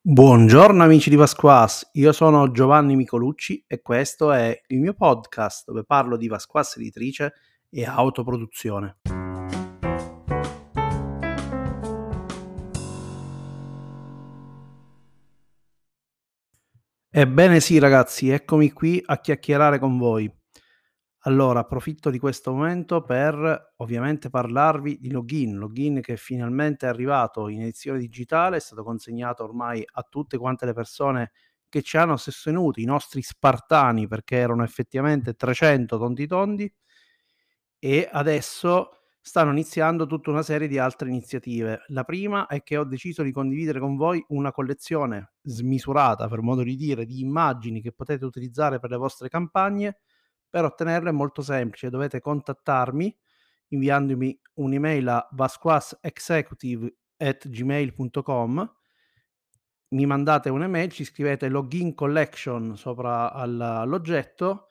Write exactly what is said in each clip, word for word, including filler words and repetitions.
Buongiorno amici di Vasquas, io sono Giovanni Micolucci e questo è il mio podcast dove parlo di Vasquas editrice e autoproduzione. Ebbene sì ragazzi, eccomi qui a chiacchierare con voi. Allora, approfitto di questo momento per ovviamente parlarvi di Login, Login che finalmente è arrivato in edizione digitale, è stato consegnato ormai a tutte quante le persone che ci hanno sostenuti, i nostri spartani, perché erano effettivamente trecento tondi tondi, e adesso stanno iniziando tutta una serie di altre iniziative. La prima è che ho deciso di condividere con voi una collezione smisurata, per modo di dire, di immagini che potete utilizzare per le vostre campagne. Per ottenerlo è molto semplice, dovete contattarmi inviandomi un'email a vasquasexecutive at gmail punto com. Mi mandate un'email, ci scrivete login collection sopra al all'oggetto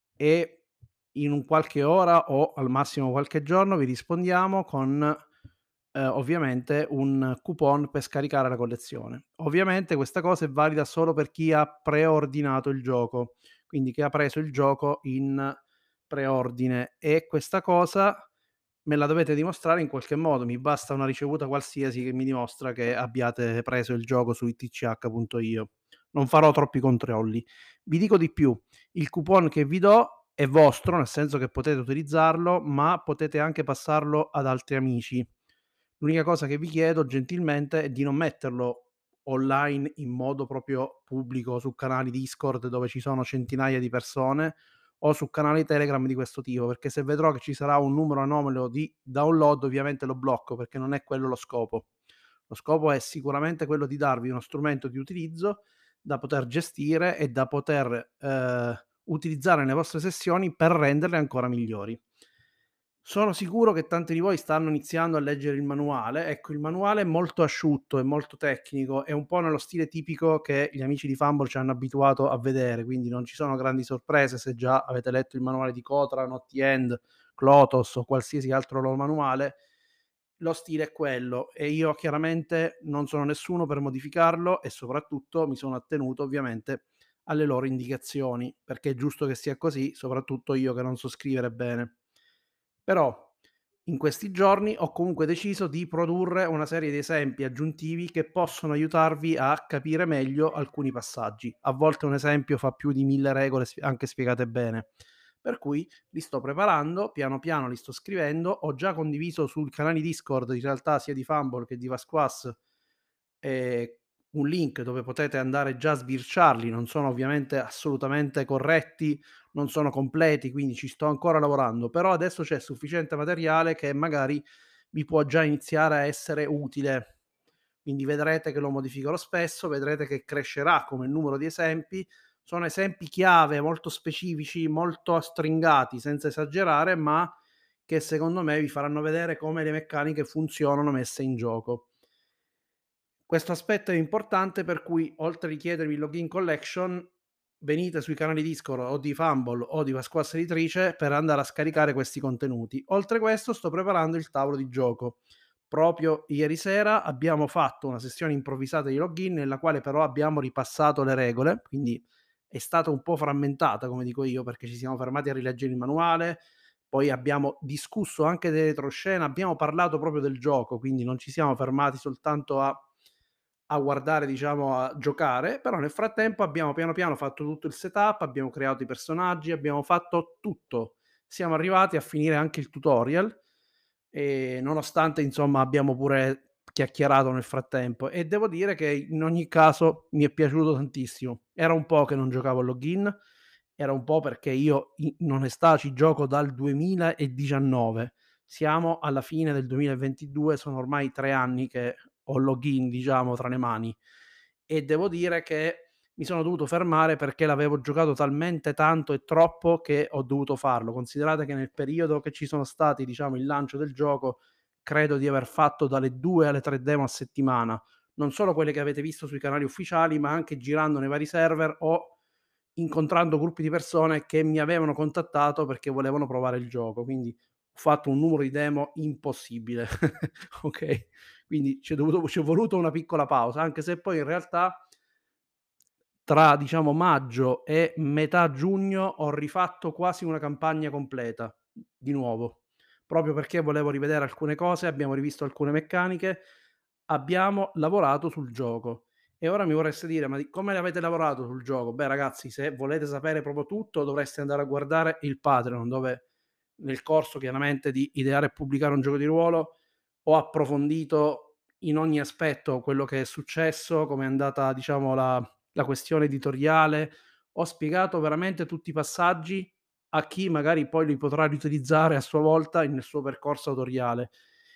e in un qualche ora o al massimo qualche giorno vi rispondiamo con, ehm, ovviamente un coupon per scaricare la collezione. Ovviamente questa cosa è valida solo per chi ha preordinato il gioco, quindi che ha preso il gioco in preordine, e questa cosa me la dovete dimostrare in qualche modo. Mi basta una ricevuta qualsiasi che mi dimostra che abbiate preso il gioco su itch punto io. Non farò troppi controlli. Vi dico di più: il coupon che vi do è vostro, nel senso che potete utilizzarlo, ma potete anche passarlo ad altri amici. L'unica cosa che vi chiedo gentilmente è di non metterlo online in modo proprio pubblico su canali Discord dove ci sono centinaia di persone o su canali Telegram di questo tipo, perché se vedrò che ci sarà un numero anomalo di download ovviamente lo blocco, perché non è quello lo scopo. Lo scopo è sicuramente quello di darvi uno strumento di utilizzo da poter gestire e da poter, ehm, utilizzare nelle vostre sessioni per renderle ancora migliori. Sono sicuro che tanti di voi stanno iniziando a leggere il manuale. Ecco, il manuale è molto asciutto, è molto tecnico, è un po' nello stile tipico che gli amici di Fumble ci hanno abituato a vedere, quindi non ci sono grandi sorprese se già avete letto il manuale di Kotra, Not the End, Clotos o qualsiasi altro loro manuale. Lo stile è quello e io chiaramente non sono nessuno per modificarlo e soprattutto mi sono attenuto ovviamente alle loro indicazioni, perché è giusto che sia così, soprattutto io che non so scrivere bene. Però in questi giorni ho comunque deciso di produrre una serie di esempi aggiuntivi che possono aiutarvi a capire meglio alcuni passaggi. A volte un esempio fa più di mille regole sp anche spiegate bene. Per cui li sto preparando, piano piano li sto scrivendo, ho già condiviso sul canale Discord in realtà sia di Fumble che di Vasquas, ehm, un link dove potete andare già a sbirciarli, non sono ovviamente assolutamente corretti, non sono completi, quindi ci sto ancora lavorando, però adesso c'è sufficiente materiale che magari vi può già iniziare a essere utile. Quindi vedrete che lo modificherò spesso, vedrete che crescerà come numero di esempi. Sono esempi chiave molto specifici, molto stringati, senza esagerare, ma che secondo me vi faranno vedere come le meccaniche funzionano messe in gioco. Questo aspetto è importante, per cui oltre a richiedervi il login collection, venite sui canali Discord o di Fumble o di Vasquas Editrice per andare a scaricare questi contenuti. Oltre questo sto preparando il tavolo di gioco. Proprio ieri sera abbiamo fatto una sessione improvvisata di login nella quale però abbiamo ripassato le regole, quindi è stata un po' frammentata, come dico io, perché ci siamo fermati a rileggere il manuale, poi abbiamo discusso anche delle retroscena, abbiamo parlato proprio del gioco, quindi non ci siamo fermati soltanto a a guardare, diciamo, a giocare, però nel frattempo abbiamo piano piano fatto tutto il setup, abbiamo creato i personaggi, abbiamo fatto tutto. Siamo arrivati a finire anche il tutorial, ehm, nonostante insomma abbiamo pure chiacchierato nel frattempo, e devo dire che in ogni caso mi è piaciuto tantissimo. Era un po' che non giocavo a login, era un po' perché io in in onestà ci gioco dal duemiladiciannove. Siamo alla fine del duemilaventidue, sono ormai tre anni che ho login, diciamo, tra le mani, e devo dire che mi sono dovuto fermare perché l'avevo giocato talmente tanto e troppo che ho dovuto farlo. Considerate che nel periodo che ci sono stati, diciamo, il lancio del gioco, credo di aver fatto dalle due alle tre demo a settimana, non solo quelle che avete visto sui canali ufficiali, ma anche girando nei vari server o incontrando gruppi di persone che mi avevano contattato perché volevano provare il gioco. Quindi ho fatto un numero di demo impossibile. Okay? Quindi c'è dovuto c'è voluto una piccola pausa, anche se poi in realtà tra diciamo maggio e metà giugno ho rifatto quasi una campagna completa, di nuovo, proprio perché volevo rivedere alcune cose, abbiamo rivisto alcune meccaniche, abbiamo lavorato sul gioco. E ora mi vorreste dire: "Ma di come avete lavorato sul gioco?" Beh ragazzi, se volete sapere proprio tutto dovreste andare a guardare il Patreon, dove nel corso chiaramente di ideare e pubblicare un gioco di ruolo ho approfondito in ogni aspetto quello che è successo, com'è andata diciamo la la questione editoriale, ho spiegato veramente tutti i passaggi a chi magari poi li potrà riutilizzare a sua volta nel suo percorso autoriale.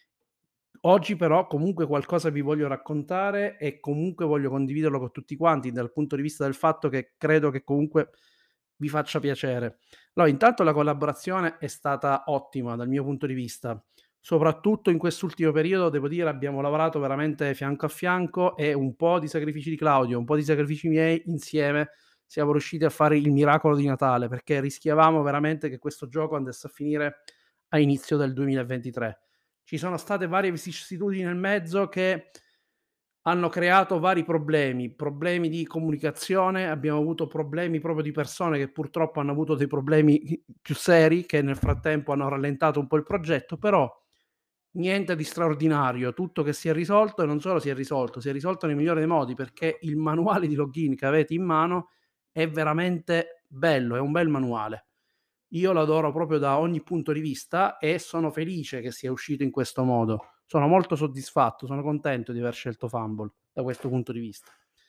Oggi però comunque qualcosa vi voglio raccontare e comunque voglio condividerlo con tutti quanti, dal punto di vista del fatto che credo che comunque vi faccia piacere. Allora, intanto la collaborazione è stata ottima dal mio punto di vista. Soprattutto in quest'ultimo periodo, devo dire, abbiamo lavorato veramente fianco a fianco e un po' di sacrifici di Claudio, un po' di sacrifici miei, insieme siamo riusciti a fare il miracolo di Natale, perché rischiavamo veramente che questo gioco andasse a finire a inizio del duemilaventitré. Ci sono state varie vicissitudini nel mezzo che hanno creato vari problemi, problemi di comunicazione, abbiamo avuto problemi proprio di persone che purtroppo hanno avuto dei problemi i più seri, che nel frattempo hanno rallentato un po' il progetto, però niente di straordinario, tutto che si è risolto e non solo si è risolto, si è risolto nel migliore dei modi, perché il manuale di login che avete in mano è veramente bello, è un bel manuale. Io lo adoro proprio da ogni punto di vista e sono felice che sia uscito in questo modo. Sono molto soddisfatto, sono contento di aver scelto Fumble da questo punto di vista.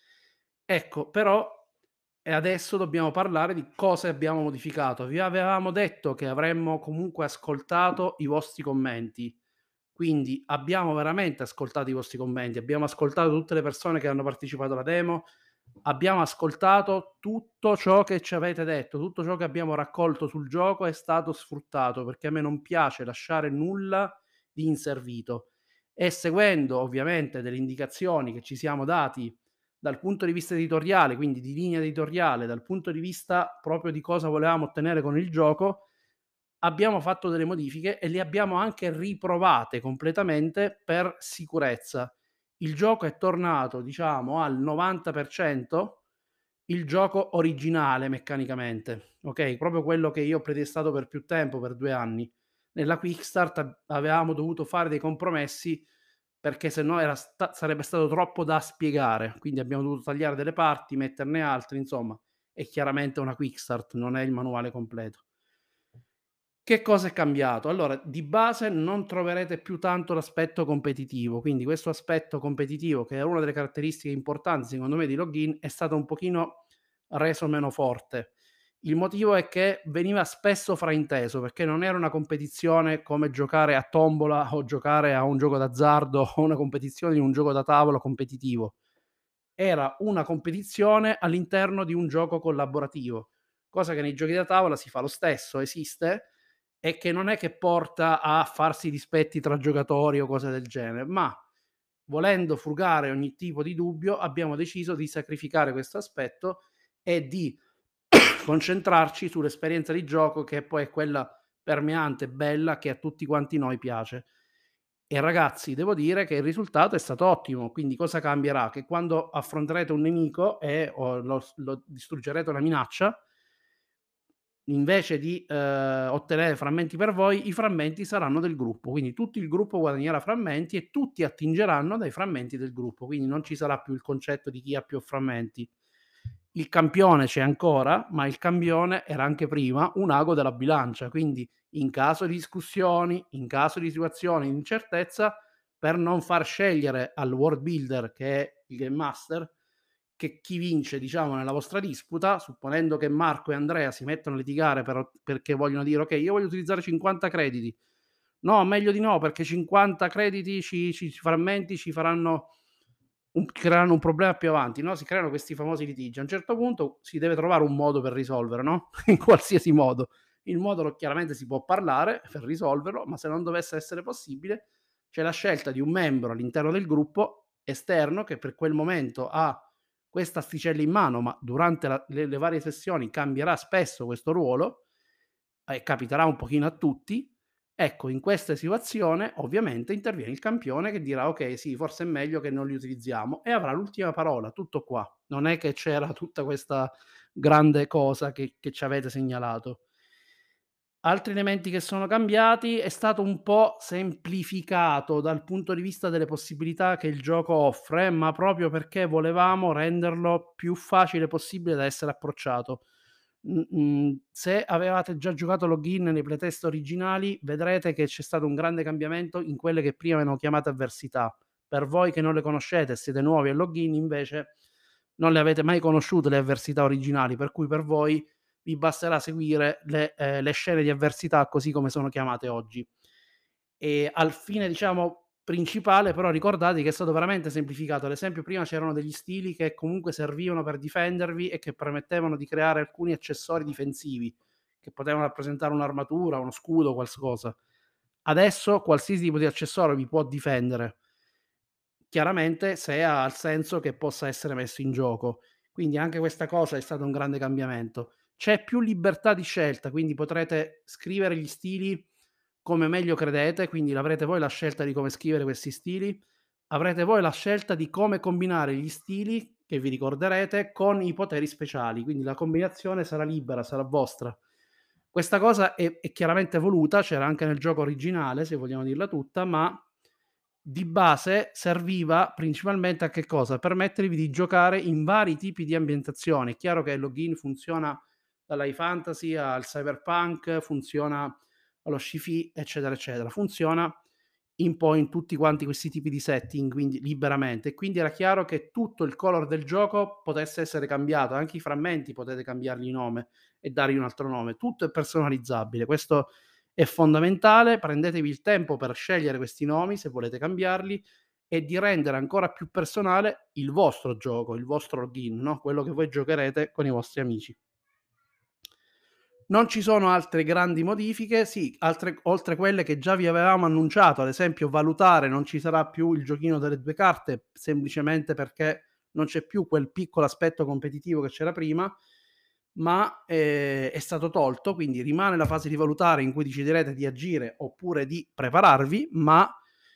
Ecco, però e adesso dobbiamo parlare di cosa abbiamo modificato. Vi avevamo detto che avremmo comunque ascoltato i vostri commenti, quindi abbiamo veramente ascoltato i vostri commenti, abbiamo ascoltato tutte le persone che hanno partecipato alla demo, abbiamo ascoltato tutto ciò che ci avete detto, tutto ciò che abbiamo raccolto sul gioco è stato sfruttato, perché a me non piace lasciare nulla di inservito. E seguendo ovviamente delle indicazioni che ci siamo dati dal punto di vista editoriale, quindi di linea editoriale, dal punto di vista proprio di cosa volevamo ottenere con il gioco, abbiamo fatto delle modifiche e le abbiamo anche riprovate completamente per sicurezza. Il gioco è tornato, diciamo, al novanta per cento il gioco originale meccanicamente, okay, proprio quello che io ho pretestato per più tempo, per due anni. Nella quick start a avevamo dovuto fare dei compromessi perché se no era sta sarebbe stato troppo da spiegare, quindi abbiamo dovuto tagliare delle parti, metterne altre, insomma, è chiaramente una quick start, non è il manuale completo. Che cosa è cambiato? Allora, di base non troverete più tanto l'aspetto competitivo, quindi questo aspetto competitivo, che è una delle caratteristiche importanti secondo me di Login, è stato un pochino reso meno forte. Il motivo è che veniva spesso frainteso, perché non era una competizione come giocare a tombola o giocare a un gioco d'azzardo o una competizione di un gioco da tavolo competitivo. Era una competizione all'interno di un gioco collaborativo, cosa che nei giochi da tavola si fa lo stesso, esiste, e che non è che porta a farsi dispetti tra giocatori o cose del genere, ma volendo fugare ogni tipo di dubbio abbiamo deciso di sacrificare questo aspetto e di concentrarci sull'esperienza di gioco che poi è quella permeante, bella, che a tutti quanti noi piace. E ragazzi, devo dire che il risultato è stato ottimo, quindi cosa cambierà? Che quando affronterete un nemico e o lo s lo distruggerete una minaccia, invece di, ehm, ottenere frammenti per voi, i frammenti saranno del gruppo. Quindi tutto il gruppo guadagnerà frammenti e tutti attingeranno dai frammenti del gruppo, quindi non ci sarà più il concetto di chi ha più frammenti. Il campione c'è ancora, ma il campione era anche prima un ago della bilancia, quindi in caso di discussioni, in caso di situazioni di incertezza, per non far scegliere al world builder, che è il game master, che chi vince, diciamo, nella vostra disputa, supponendo che Marco e Andrea si mettano a litigare per perché vogliono dire: "Okay, io voglio utilizzare cinquanta crediti". "No, meglio di no, perché cinquanta crediti ci ci frammenti ci faranno un creeranno un problema più avanti", no, si creano questi famosi litigi. A un certo punto si deve trovare un modo per risolvere, no, in qualsiasi modo. Il modo lo chiaramente si può parlare per risolverlo, ma se non dovesse essere possibile, c'è la scelta di un membro all'interno del gruppo esterno che per quel momento ha questa asticella in mano, ma durante la le le varie sessioni cambierà spesso questo ruolo, e capiterà un pochino a tutti, Ecco, in questa situazione ovviamente interviene il campione che dirà: "Okay, sì, forse è meglio che non li utilizziamo", e avrà l'ultima parola, tutto qua. Non è che c'era tutta questa grande cosa che che ci avete segnalato. Altri elementi che sono cambiati: è stato un po' semplificato dal punto di vista delle possibilità che il gioco offre, ma proprio perché volevamo renderlo più facile possibile da essere approcciato. Mh-mhmm, se avevate già giocato Login nei playtest originali, vedrete che c'è stato un grande cambiamento in quelle che prima erano chiamate avversità. Per voi che non le conoscete e siete nuovi a Login, invece, non le avete mai conosciute le avversità originali, per cui per voi vi basterà seguire le ehm, le scene di avversità così come sono chiamate oggi. E al fine, diciamo, principale però ricordate che è stato veramente semplificato. Ad esempio prima c'erano degli stili che comunque servivano per difendervi e che permettevano di creare alcuni accessori difensivi, che potevano rappresentare un'armatura, uno scudo, qualscosa. Adesso qualsiasi tipo di accessorio vi può difendere. Chiaramente se ha il senso che possa essere messo in gioco. Quindi anche questa cosa è stato un grande cambiamento. C'è più libertà di scelta, quindi potrete scrivere gli stili come meglio credete, quindi avrete voi la scelta di come scrivere questi stili, avrete voi la scelta di come combinare gli stili che vi ricorderete con i poteri speciali, quindi la combinazione sarà libera, sarà vostra. Questa cosa è è chiaramente voluta, c'era anche nel gioco originale, se vogliamo dirla tutta, ma di base serviva principalmente a che cosa? Permettervi di giocare in vari tipi di ambientazioni. È chiaro che il login funziona dall'high fantasy al cyberpunk, funziona allo sci-fi, eccetera, eccetera. Funziona in poi in tutti quanti questi tipi di setting, quindi liberamente. E quindi era chiaro che tutto il color del gioco potesse essere cambiato, anche i frammenti potete cambiargli nome e dargli un altro nome. Tutto è personalizzabile. Questo è fondamentale, prendetevi il tempo per scegliere questi nomi, se volete cambiarli, e di rendere ancora più personale il vostro gioco, il vostro login, no, quello che voi giocherete con i vostri amici. Non ci sono altre grandi modifiche, sì, altre oltre quelle che già vi avevamo annunciato, ad esempio valutare, non ci sarà più il giochino delle due carte, semplicemente perché non c'è più quel piccolo aspetto competitivo che c'era prima, ma, ehm, è stato tolto, quindi rimane la fase di valutare in cui deciderete di agire oppure di prepararvi, ma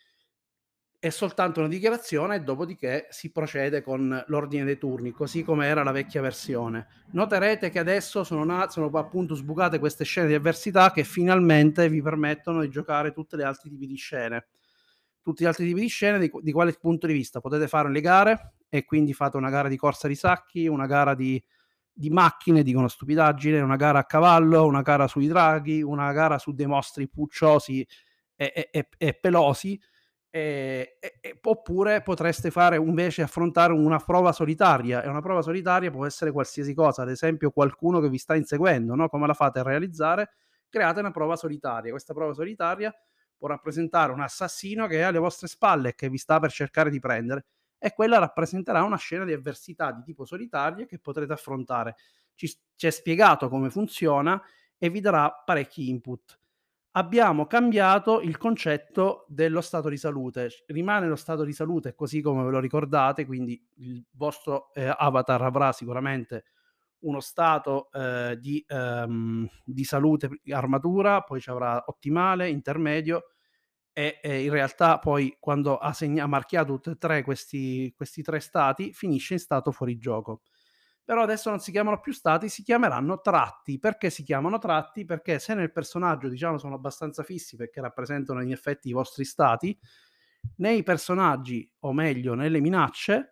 è soltanto una dichiarazione e dopodiché si procede con l'ordine dei turni, così come era la vecchia versione. Noterete che adesso sono na sono appunto sbucate queste scene di avversità che finalmente vi permettono di giocare tutte le altri tipi di scene. Tutti gli altri tipi di scene di q di quale punto di vista? Potete fare le gare e quindi fate una gara di corsa di sacchi, una gara di di macchine, dico una stupidaggine, una gara a cavallo, una gara sui draghi, una gara su dei mostri pucciosi e e e e pelosi. Ehm, e e oppure potreste fare invece affrontare una prova solitaria, e una prova solitaria può essere qualsiasi cosa, ad esempio qualcuno che vi sta inseguendo, no, come la fate a realizzare? Create una prova solitaria. Questa prova solitaria può rappresentare un assassino che è alle vostre spalle e che vi sta per cercare di prendere, e quella rappresenterà una scena di avversità di tipo solitaria che potrete affrontare. Ci s c'è spiegato come funziona e vi darà parecchi input. Abbiamo cambiato il concetto dello stato di salute. C rimane lo stato di salute così come ve lo ricordate, quindi il vostro, ehm, avatar avrà sicuramente uno stato, ehm, di ehm, di salute p armatura, poi ci avrà ottimale, intermedio e e in realtà poi quando ha segna ha marchiato tutte e tre questi questi tre stati, finisce in stato fuorigioco. Però adesso non si chiamano più stati, si chiameranno tratti. Perché si chiamano tratti? Perché se nel personaggio, diciamo, sono abbastanza fissi perché rappresentano in effetti i vostri stati, nei personaggi, o meglio nelle minacce,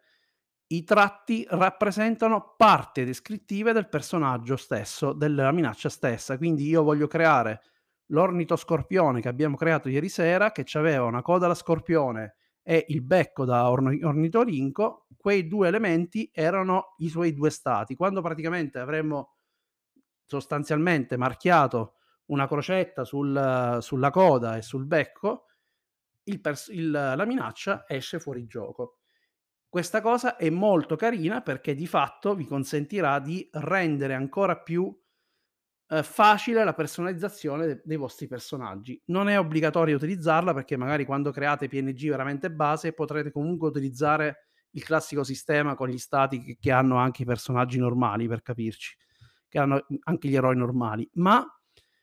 i tratti rappresentano parte descrittive del personaggio stesso, della minaccia stessa. Quindi io voglio creare l'ornitoscorpione che abbiamo creato ieri sera, che c'aveva una coda da scorpione e il becco da orno ornitorinco, quei due elementi erano i suoi due stati. Quando praticamente avremmo sostanzialmente marchiato una crocetta sul sulla coda e sul becco, il pers il la minaccia esce fuori gioco. Questa cosa è molto carina perché di fatto vi consentirà di rendere ancora più, ehm, facile la personalizzazione de dei vostri personaggi. Non è obbligatorio utilizzarla perché magari quando create P N G veramente base potrete comunque utilizzare il classico sistema con gli stati che che hanno anche i personaggi normali, per capirci, che hanno, mhmm, anche gli eroi normali, ma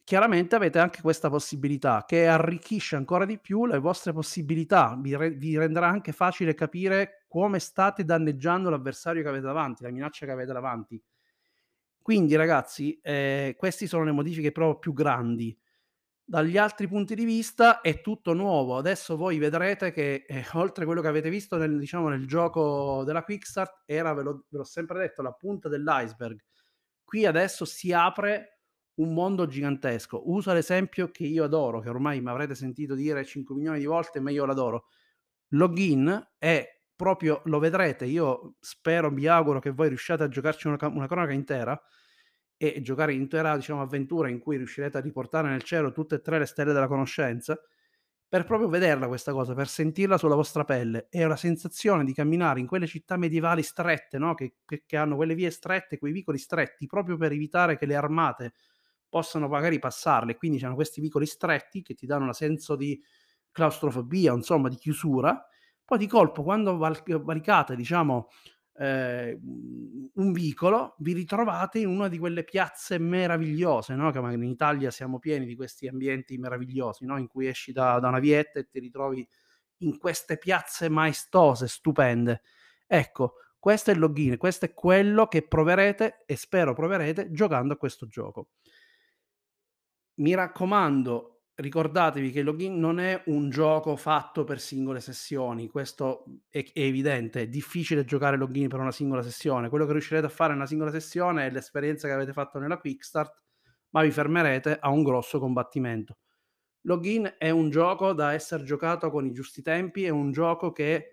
chiaramente avete anche questa possibilità che arricchisce ancora di più le vostre possibilità, vi re vi renderà anche facile capire come state danneggiando l'avversario che avete davanti, la minaccia che avete davanti. Quindi ragazzi, ehm, questi sono le modifiche proprio più grandi. Dagli altri punti di vista è tutto nuovo. Adesso voi vedrete che, ehm, oltre quello che avete visto nel diciamo nel gioco della Quickstart era ve l'ho ve l'ho sempre detto, la punta dell'iceberg. Qui adesso si apre un mondo gigantesco. Uso l'esempio che io adoro, che ormai m'avrete sentito dire cinque milioni di volte, ma io l'adoro. Login è proprio lo vedrete, io spero, mi auguro che voi riusciate a giocarci una ca una cronaca intera e giocare l'intera, diciamo, avventura in cui riuscirete a riportare nel cielo tutte e tre le stelle della conoscenza, per proprio vederla questa cosa, per sentirla sulla vostra pelle. È una sensazione di camminare in quelle città medievali strette, no, che che che hanno quelle vie strette, quei vicoli stretti, proprio per evitare che le armate possano magari passarle, quindi c'hanno questi vicoli stretti che ti danno una senso di claustrofobia, insomma di chiusura. Poi di colpo quando valc valicate diciamo, ehm, mhmm, un vicolo, vi ritrovate in una di quelle piazze meravigliose, no, che magari in Italia siamo pieni di questi ambienti meravigliosi, no, in cui esci da da una vietta e ti ritrovi in queste piazze maestose, stupende. Ecco, questo è il login, questo è quello che proverete e spero proverete giocando a questo gioco. Mi raccomando, ricordatevi che il login non è un gioco fatto per singole sessioni, questo è ch è evidente, è difficile giocare login per una singola sessione. Quello che riuscirete a fare in una singola sessione è l'esperienza che avete fatto nella Quickstart, ma vi fermerete a un grosso combattimento. Login è un gioco da esser giocato con i giusti tempi, è un gioco che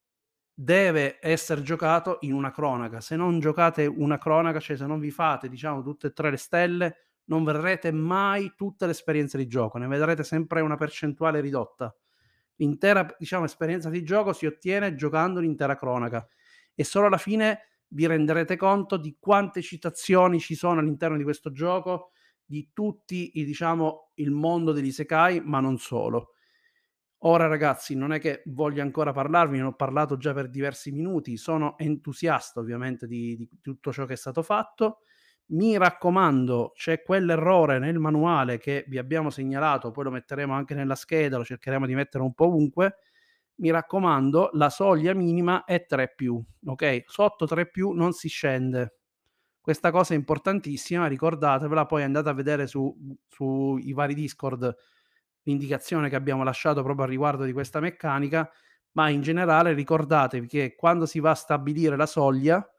deve esser giocato in una cronaca. Se non giocate una cronaca, cioè se non vi fate diciamo tutte e tre le stelle, non vedrete mai tutta l'esperienza di gioco, ne vedrete sempre una percentuale ridotta. L'intera p diciamo esperienza di gioco si ottiene giocando l'intera cronaca e solo alla fine vi renderete conto di quante citazioni ci sono all'interno di questo gioco, di tutti i diciamo il mondo degli isekai, ma non solo. Ora ragazzi, non è che voglio ancora parlarvi, ne ho parlato già per diversi minuti, sono entusiasta ovviamente di di tutto ciò che è stato fatto. Mi raccomando, c'è quell'errore nel manuale che vi abbiamo segnalato, poi lo metteremo anche nella scheda, lo cercheremo di mettere un po' ovunque. Mi raccomando, la soglia minima è tre più, okay, sotto tre più non si scende. Questa cosa è importantissima, ricordatevela, poi andate a vedere su sui vari Discord l'indicazione che abbiamo lasciato proprio a riguardo di questa meccanica, ma in generale ricordatevi che quando si va a stabilire la soglia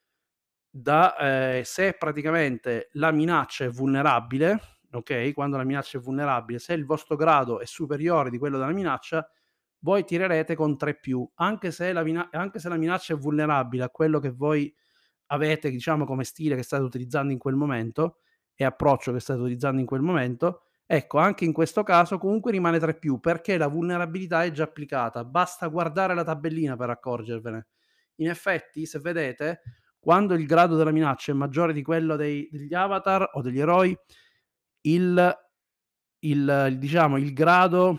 da ehm, se praticamente la minaccia è vulnerabile, okay, quando la minaccia è vulnerabile, se il vostro grado è superiore di quello della minaccia, voi tirerete con tre più, anche se la mina anche se la minaccia è vulnerabile a quello che voi avete, diciamo, come stile che state utilizzando in quel momento e approccio che state utilizzando in quel momento, ecco, anche in questo caso comunque rimane tre più, perché la vulnerabilità è già applicata, basta guardare la tabellina per accorgervene. In effetti, se vedete, quando il grado della minaccia è maggiore di quello dei degli avatar o degli eroi, il il il diciamo, il grado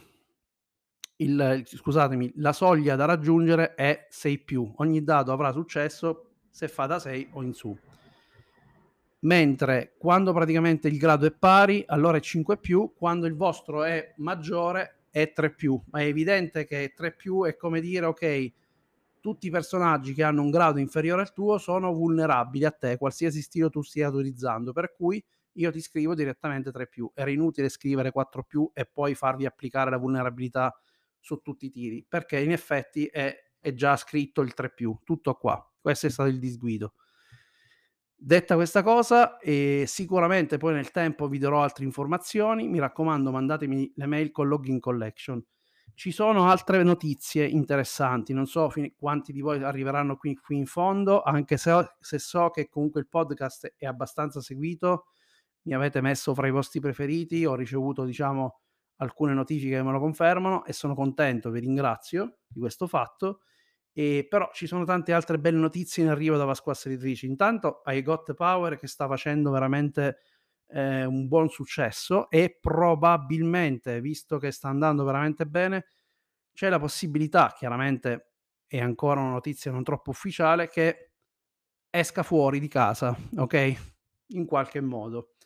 il scusatemi, la soglia da raggiungere è sei più. Ogni dado avrà successo se fa da sei o in su. Mentre quando praticamente il grado è pari, allora è cinque più, quando il vostro è maggiore è tre più. Ma è evidente che tre più è come dire: "Okay, tutti i personaggi che hanno un grado inferiore al tuo sono vulnerabili a te, qualsiasi stile tu stia utilizzando, per cui io ti scrivo direttamente tre più". Era inutile scrivere quattro più e poi farvi applicare la vulnerabilità su tutti i tiri, perché in effetti è è già scritto il tre più, tutto qua. Questo è stato il disguido. Detta questa cosa, ehm, sicuramente poi nel tempo vi darò altre informazioni. Mi raccomando, mandatemi le mail con login collection. Ci sono altre notizie interessanti, non so fini quanti di voi arriveranno qui qui in fondo, anche se o se so che comunque il podcast è abbastanza seguito, mi avete messo fra i vostri preferiti, ho ricevuto diciamo alcune notifiche che me lo confermano e sono contento, vi ringrazio di questo fatto. Ehm, però ci sono tante altre belle notizie in arrivo da Pasquassa Editrici. Intanto hai Got Power che sta facendo veramente, ehm, un buon successo e probabilmente, visto che sta andando veramente bene, c'è la possibilità, chiaramente è ancora una notizia non troppo ufficiale, che esca fuori di casa, okay, in qualche modo.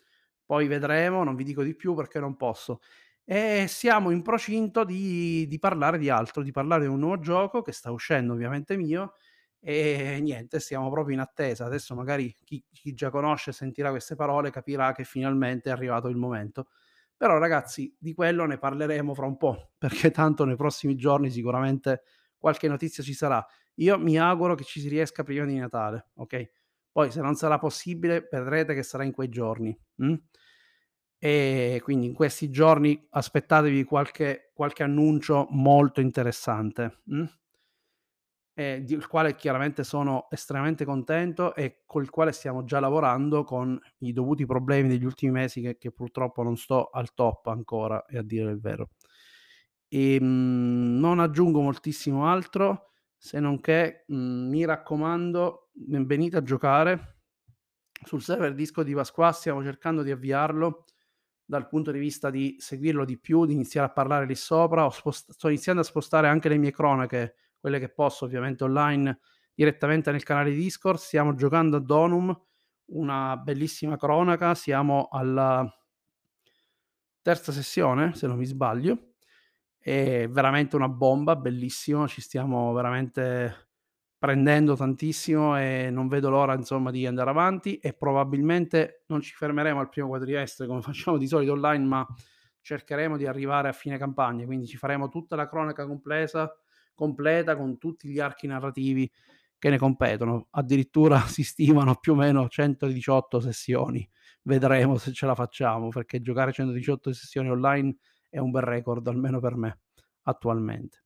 poi vedremo, non vi dico di più perché non posso. E siamo in procinto di di parlare di altro, di parlare di un nuovo gioco che sta uscendo, ovviamente mio, e niente, stiamo proprio in attesa. Adesso magari chi chi già conosce sentirà queste parole, capirà che finalmente è arrivato il momento. Però ragazzi, di quello ne parleremo fra un po', perché tanto nei prossimi giorni sicuramente qualche notizia ci sarà. Io mi auguro che ci si riesca prima di Natale, okay? Poi se non sarà possibile vedrete che sarà in quei giorni, mh? E quindi in questi giorni aspettatevi qualche qualche annuncio molto interessante, mh? Ehm, di il quale chiaramente sono estremamente contento e col quale stiamo già lavorando con i dovuti problemi degli ultimi mesi che che purtroppo non sto al top ancora, e a dire il vero. Ehm, non aggiungo moltissimo altro, se non che, mhmm, mi raccomando, mhmm, venite a giocare sul server Discord di Pasqua. Stiamo cercando di avviarlo dal punto di vista di seguirlo di più, di iniziare a parlare lì sopra. Ho spost sto iniziando a spostare anche le mie cronache, quelle che posso ovviamente online, direttamente nel canale Discord. Stiamo giocando a Donum, una bellissima cronaca, siamo alla terza sessione, se non mi sbaglio. È veramente una bomba, bellissimo, ci stiamo veramente prendendo tantissimo e non vedo l'ora insomma di andare avanti, e probabilmente non ci fermeremo al primo quadrimestre come facciamo di solito online, ma cercheremo di arrivare a fine campagna, quindi ci faremo tutta la cronaca complesa completa con tutti gli archi narrativi che ne competono. Addirittura si stimano più o meno centodiciotto sessioni. Vedremo se ce la facciamo, perché giocare centodiciotto sessioni online è un bel record, almeno per me, attualmente.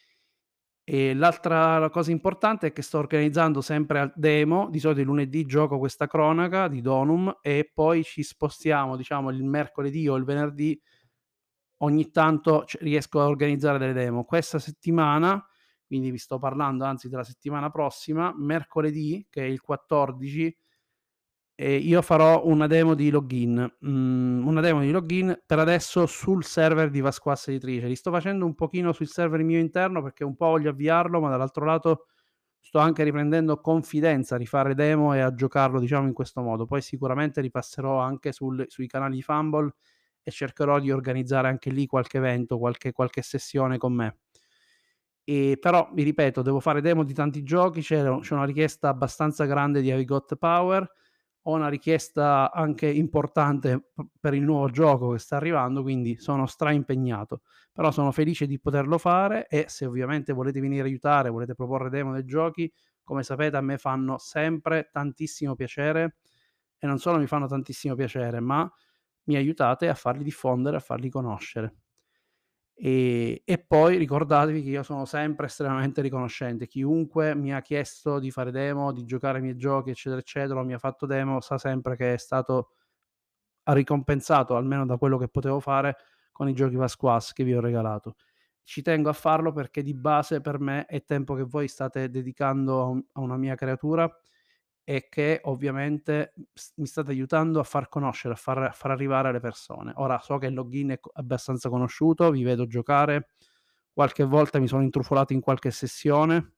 E l'altra la cosa importante è che sto organizzando sempre al demo, di solito il lunedì gioco questa cronaca di Donum e poi ci spostiamo, diciamo, il mercoledì o il venerdì, ogni tanto c riesco a organizzare delle demo. Questa settimana, quindi vi sto parlando anzi della settimana prossima, mercoledì, che è il quattordici, Ehm, io farò una demo di login, mhmm, una demo di login per adesso sul server di Vasquassa Editrice. Li sto facendo un pochino sul server mio interno perché un po' voglio avviarlo, ma dall'altro lato sto anche riprendendo confidenza a rifare demo e a giocarlo, diciamo, in questo modo. Poi sicuramente ripasserò anche sul sui canali di Fumble e cercherò di organizzare anche lì qualche evento, qualche qualche sessione con me. Ehm, però vi ripeto, devo fare demo di tanti giochi, c'è c'è una richiesta abbastanza grande di Have You Got Power, ho una richiesta anche importante p per il nuovo gioco che sta arrivando, quindi sono straimpegnato. Però sono felice di poterlo fare e se ovviamente volete venire a aiutare, volete proporre demo dei giochi, come sapete a me fanno sempre tantissimo piacere, e non solo mi fanno tantissimo piacere, ma mi aiutate a farli diffondere, a farli conoscere. Ehm, e poi ricordatevi che io sono sempre estremamente riconoscente. Chiunque mi ha chiesto di fare demo, di giocare ai miei giochi, eccetera, eccetera, o mi ha fatto demo, sa sempre che è stato ha ricompensato, almeno da quello che potevo fare, con i giochi Pasquas che vi ho regalato. Ci tengo a farlo perché di base per me è tempo che voi state dedicando a un a una mia creatura e che ovviamente s mi state aiutando a far conoscere, a far a far arrivare alle persone. Ora so che il login è co abbastanza conosciuto, vi vedo giocare, qualche volta mi sono intrufolato in qualche sessione,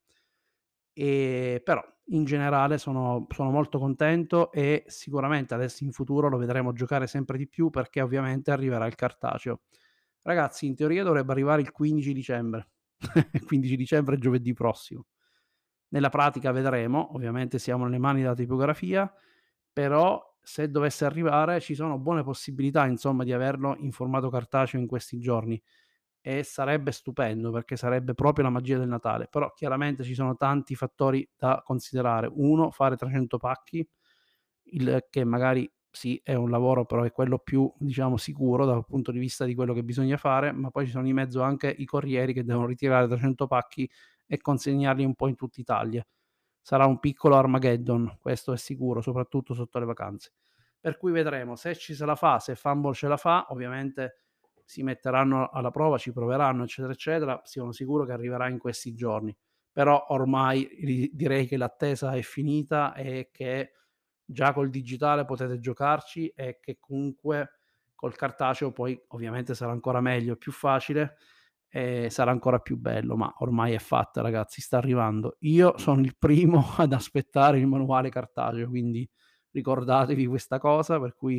ehm, però in generale sono sono molto contento e sicuramente adesso in futuro lo vedremo giocare sempre di più perché ovviamente arriverà il cartaceo. Ragazzi, in teoria dovrebbe arrivare il quindici dicembre. Il quindici dicembre è giovedì prossimo. Nella pratica vedremo, ovviamente siamo nelle mani della tipografia, però se dovesse arrivare ci sono buone possibilità insomma di averlo in formato cartaceo in questi giorni e sarebbe stupendo perché sarebbe proprio la magia del Natale. Però chiaramente ci sono tanti fattori da considerare. uno, fare trecento pacchi, il che magari sì, è un lavoro, però è quello più, diciamo, sicuro dal punto di vista di quello che bisogna fare, ma poi ci sono di mezzo anche i corrieri che devono ritirare trecento pacchi e consegnarli un po' in tutta Italia. Sarà un piccolo Armageddon, questo è sicuro, soprattutto sotto le vacanze. Per cui vedremo se ci se la fa, se Fumble ce la fa, ovviamente si metteranno alla prova, ci proveranno, eccetera, eccetera. Sono sicuro che arriverà in questi giorni. Però ormai ri direi che l'attesa è finita e che già col digitale potete giocarci e che comunque col cartaceo poi ovviamente sarà ancora meglio, più facile e sarà ancora più bello, ma ormai è fatta ragazzi, sta arrivando. Io sono il primo ad aspettare il manuale cartaceo, quindi ricordatevi questa cosa, per cui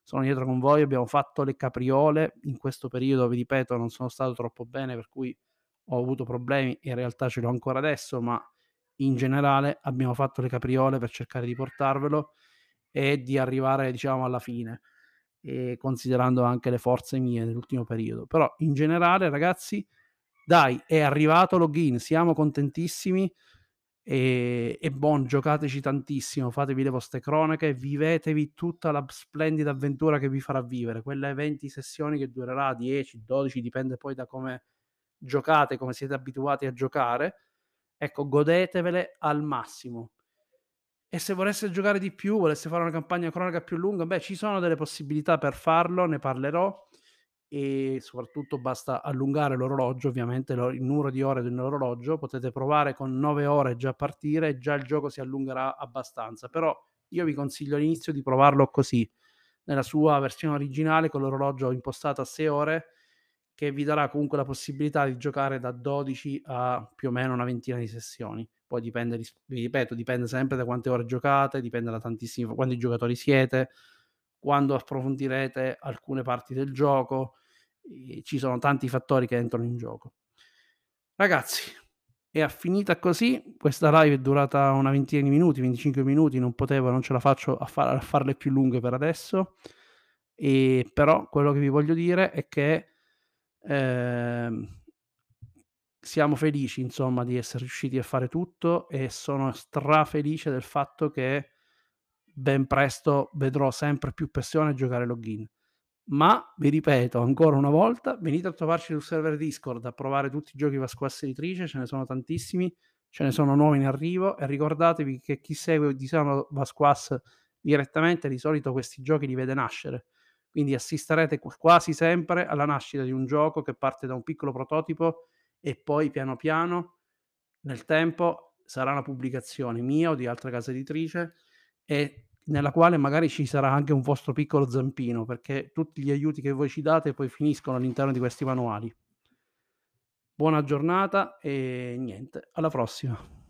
sono dietro con voi, abbiamo fatto le capriole. In questo periodo, vi ripeto, non sono stato troppo bene, per cui ho avuto problemi, in realtà ce l'ho ancora adesso, ma in generale abbiamo fatto le capriole per cercare di portarvelo e di arrivare, diciamo, alla fine, ehm, considerando anche le forze mie nell'ultimo periodo. Però in generale ragazzi, dai, è arrivato Login, siamo contentissimi, ehm, e bon, giocateci tantissimo, fatevi le vostre cronache, vivetevi tutta la b splendida avventura che vi farà vivere, quelle venti sessioni che durerà dieci, dodici, dipende poi da come giocate, come siete abituati a giocare. Ecco, godetevele al massimo. E se voleste giocare di più, voleste fare una campagna cronaca più lunga, beh, ci sono delle possibilità per farlo, ne parlerò, e soprattutto basta allungare l'orologio, ovviamente lo il numero di ore dell'orologio, potete provare con nove ore già a partire e già il gioco si allungherà abbastanza, però io vi consiglio all'inizio di provarlo così, nella sua versione originale con l'orologio impostato a sei ore, che vi darà comunque la possibilità di giocare da dodici a più o meno una ventina di sessioni. Poi dipende, ris vi ripeto, dipende sempre da quante ore giocate, dipende da tantissimi quanti giocatori siete, quando approfondirete alcune parti del gioco, ehm, ci sono tanti fattori che entrano in gioco. Ragazzi, è finita così, questa live è durata una ventina di minuti, venticinque minuti, non potevo non ce la faccio a fa a farle più lunghe per adesso, ehm, però quello che vi voglio dire è che, ehm siamo felici insomma di essere riusciti a fare tutto e sono strafelice del fatto che ben presto vedrò sempre più persone giocare Login. Ma, vi ripeto ancora una volta, venite a trovarci sul server Discord a provare tutti i giochi Vasquaz Editrice, ce ne sono tantissimi, ce ne sono nuovi in arrivo e ricordatevi che chi segue diciamo Vasquaz direttamente di solito questi giochi li vede nascere. Quindi assisterete qu quasi sempre alla nascita di un gioco che parte da un piccolo prototipo e poi piano piano, nel tempo, sarà una pubblicazione mia o di altra casa editrice e nella quale magari ci sarà anche un vostro piccolo zampino, perché tutti gli aiuti che voi ci date poi finiscono all'interno di questi manuali. Buona giornata e niente, alla prossima.